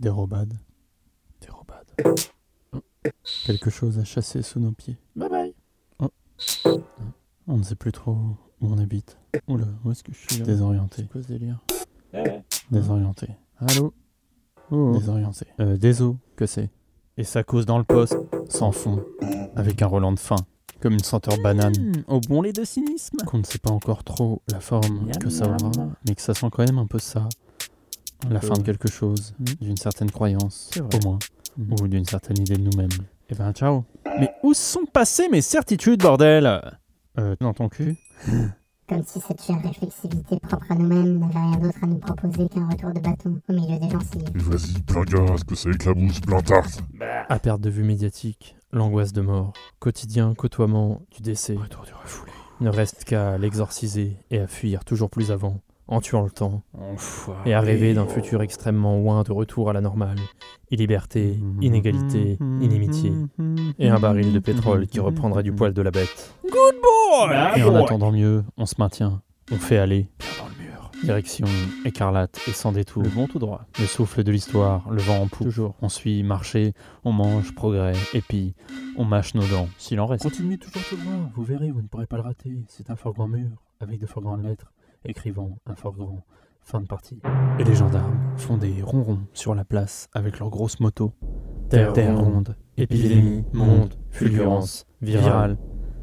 Dérobade. Oh. Quelque chose a chassé sous nos pieds. Bye bye. On ne sait plus trop où on habite. Oula, où est-ce que je suis là? Désorienté. C'est quoi ce délire? Désorienté. Allô? Désorienté. Déso, que c'est? Et ça cause dans le poste, sans fond, avec un Roland de fin, comme une senteur banane. Au bon lait de cynisme. Qu'on ne sait pas encore trop la forme que ça aura, mais que ça sent quand même un peu ça. La fin de quelque chose, d'une certaine croyance, au moins, ou d'une certaine idée de nous-mêmes. Et ben ciao. Mais où sont passées mes certitudes, bordel? Dans ton cul? Comme si cette chère réflexivité propre à nous-mêmes n'avait rien d'autre à nous proposer qu'un retour de bâton au milieu des gencives. Mais vas-y, plein gaz, que ça éclabousse, plein tarte. À perte de vue médiatique, l'angoisse de mort, quotidien côtoiement du décès, retour du refoulé. Ne reste qu'à l'exorciser et à fuir toujours plus avant, en tuant le temps, et à rêver d'un futur extrêmement loin de retour à la normale. Illiberté, inégalité, inimitié, et un baril de pétrole qui reprendrait du poil de la bête. Good boy. Et en attendant mieux, on se maintient, on fait aller, dans le mur. Direction écarlate et sans détour. Le bon tout droit. Le souffle de l'histoire, le vent en poupe. Toujours. On suit marcher, on mange, progrès, et puis on mâche nos dents, s'il en reste. Continuez toujours tout droit, vous verrez, vous ne pourrez pas le rater. C'est un fort grand mur, avec de fort grandes lettres, écrivant un fort grand. Fin de partie. Et les gendarmes font des ronrons sur la place avec leurs grosses motos. Terre ronde, épidémie, monde, fulgurance, virale.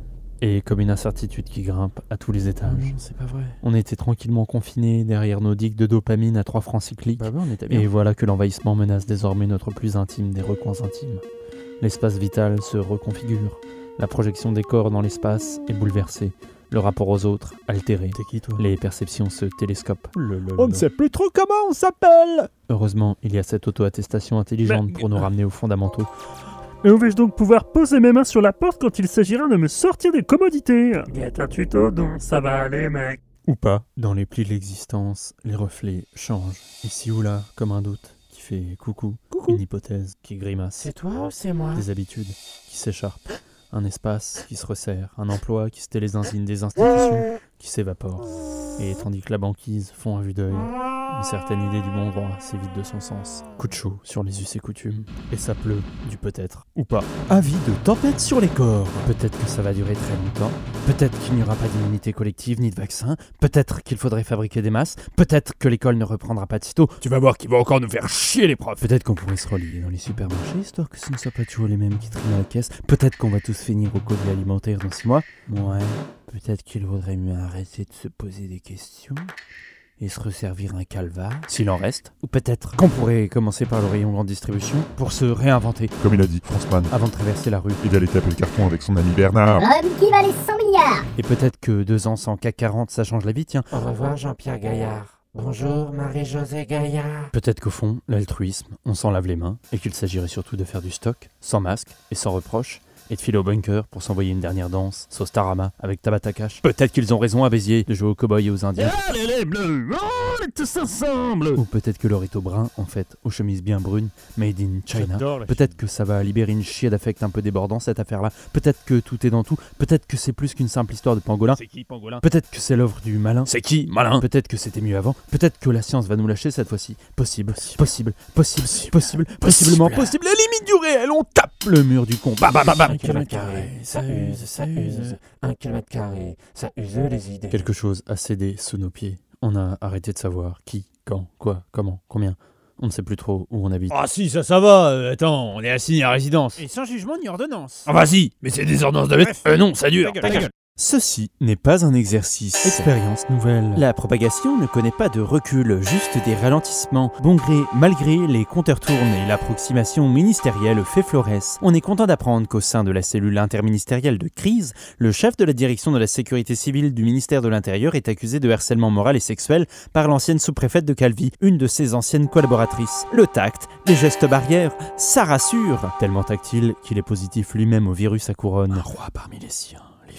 Et comme une incertitude qui grimpe à tous les étages. C'est pas vrai. On était tranquillement confinés derrière nos digues de dopamine à 3 francs cycliques. Bah ouais, on était bien. Et voilà que l'envahissement menace désormais notre plus intime des recoins intimes. L'espace vital se reconfigure. La projection des corps dans l'espace est bouleversée. Le rapport aux autres altéré. T'es qui, toi? Les perceptions se télescopent. On ne sait plus trop comment on s'appelle. Heureusement, il y a cette auto-attestation intelligente pour nous ramener aux fondamentaux. Mais où vais-je donc pouvoir poser mes mains sur la porte quand il s'agira de me sortir des commodités? Get un tuto dont ça va aller, mec. Ou pas. Dans les plis de l'existence, les reflets changent. Ici ou là, comme un doute qui fait coucou. Une hypothèse qui grimace. C'est toi ou c'est moi? Des habitudes qui s'écharpent. Un espace qui se resserre. Un emploi qui se télésinsigne. Des institutions qui s'évaporent. Et tandis que la banquise fond à vue d'œil, une certaine idée du bon droit s'évite de son sens. Coup de chaud sur les us et coutumes. Et ça pleut du peut-être. Ou pas. Avis de tempête sur les corps. Peut-être que ça va durer très longtemps. Peut-être qu'il n'y aura pas d'immunité collective ni de vaccin. Peut-être qu'il faudrait fabriquer des masses. Peut-être que l'école ne reprendra pas de sitôt. Tu vas voir qu'ils vont encore nous faire chier, les profs. Peut-être qu'on pourrait se relier dans les supermarchés, histoire que ce ne soit pas toujours les mêmes qui triment à la caisse. Peut-être qu'on va tous finir au colis alimentaire dans 6 mois. Ouais, peut-être qu'il vaudrait mieux arrêter de se poser des questions et se resservir un calva, s'il en reste. Ou peut-être qu'on pourrait commencer par le rayon grande distribution pour se réinventer. Comme il a dit, Franzman, Avant de traverser la rue. il allait taper le carton avec son ami Bernard. L'homme qui valait 100 milliards. Et peut-être que 2 ans sans CAC 40, ça change la vie, tiens. Au revoir Jean-Pierre Gaillard. Bonjour Marie-Josée Gaillard. Peut-être qu'au fond, l'altruisme, on s'en lave les mains, et qu'il s'agirait surtout de faire du stock, sans masque et sans reproche, et de filer au bunker pour s'envoyer une dernière danse, sauce Tarama, avec Tabata Cash. Peut-être qu'ils ont raison à Béziers de jouer aux cow-boys et aux Indiens. Allez les bleus, on est tous ensemble. Ou peut-être que l'or est au brun, en fait, aux chemises bien brunes, made in China. J'adore la Peut-être que ça va libérer une chier d'affect un peu débordant, cette affaire-là. Peut-être que tout est dans tout. Peut-être que c'est plus qu'une simple histoire de pangolin. C'est qui, Pangolin? Peut-être que c'est l'œuvre du malin. C'est qui, malin? Peut-être que c'était mieux avant. Peut-être que la science va nous lâcher cette fois-ci. Possiblement possible. La limite du réel, on tape Le mur du con. Bam, bam, bam, bam. 1 km carré, ça use. 1 km carré, ça use les idées. Quelque chose a cédé sous nos pieds. On a arrêté de savoir qui, quand, quoi, comment, combien. On ne sait plus trop où on habite. Ah si, ça va. Attends, on est assigné à résidence. Et sans jugement ni ordonnance. Ah bah si, mais c'est des ordonnances de Bref. non, ça dure. Ta gueule. Ceci n'est pas un exercice. Expérience nouvelle. La propagation ne connaît pas de recul, juste des ralentissements. Bon gré, malgré, les compteurs tournent et l'approximation ministérielle fait florès. On est content d'apprendre qu'au sein de la cellule interministérielle de crise, le chef de la direction de la sécurité civile du ministère de l'Intérieur est accusé de harcèlement moral et sexuel par l'ancienne sous-préfète de Calvi, une de ses anciennes collaboratrices. Le tact, les gestes barrières, ça rassure. Tellement tactile qu'il est positif lui-même au virus à couronne. Un roi parmi les siens. Les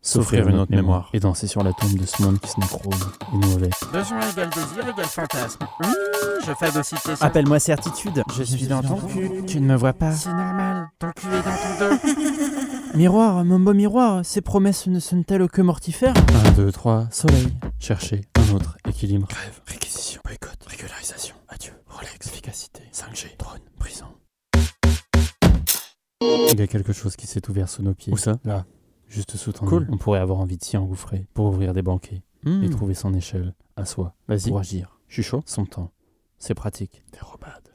s'offrir une autre mémoire et danser sur la tombe de ce monde qui se nécrose, et nous avec. Besoin égale désir égale fantasme. Je phagocytais ça. Appelle-moi certitude, je suis dans ton cul, tu ne me vois pas. C'est normal, ton cul est dans ton dos. Miroir, mon beau miroir, ces promesses ne sonnent-elles que mortifères? 1, 2, 3, soleil. Chercher un autre équilibre. Grève, réquisition, boycott, régularisation, adieu, Rolex, efficacité, 5G, drone, prison. Il y a quelque chose qui s'est ouvert sous nos pieds. Où ça? Là, juste sous ton nez. On pourrait avoir envie de s'y engouffrer pour ouvrir des banquets et trouver son échelle à soi. Vas-y. Pour agir. Je suis chaud. Son temps. C'est pratique. Dérobade.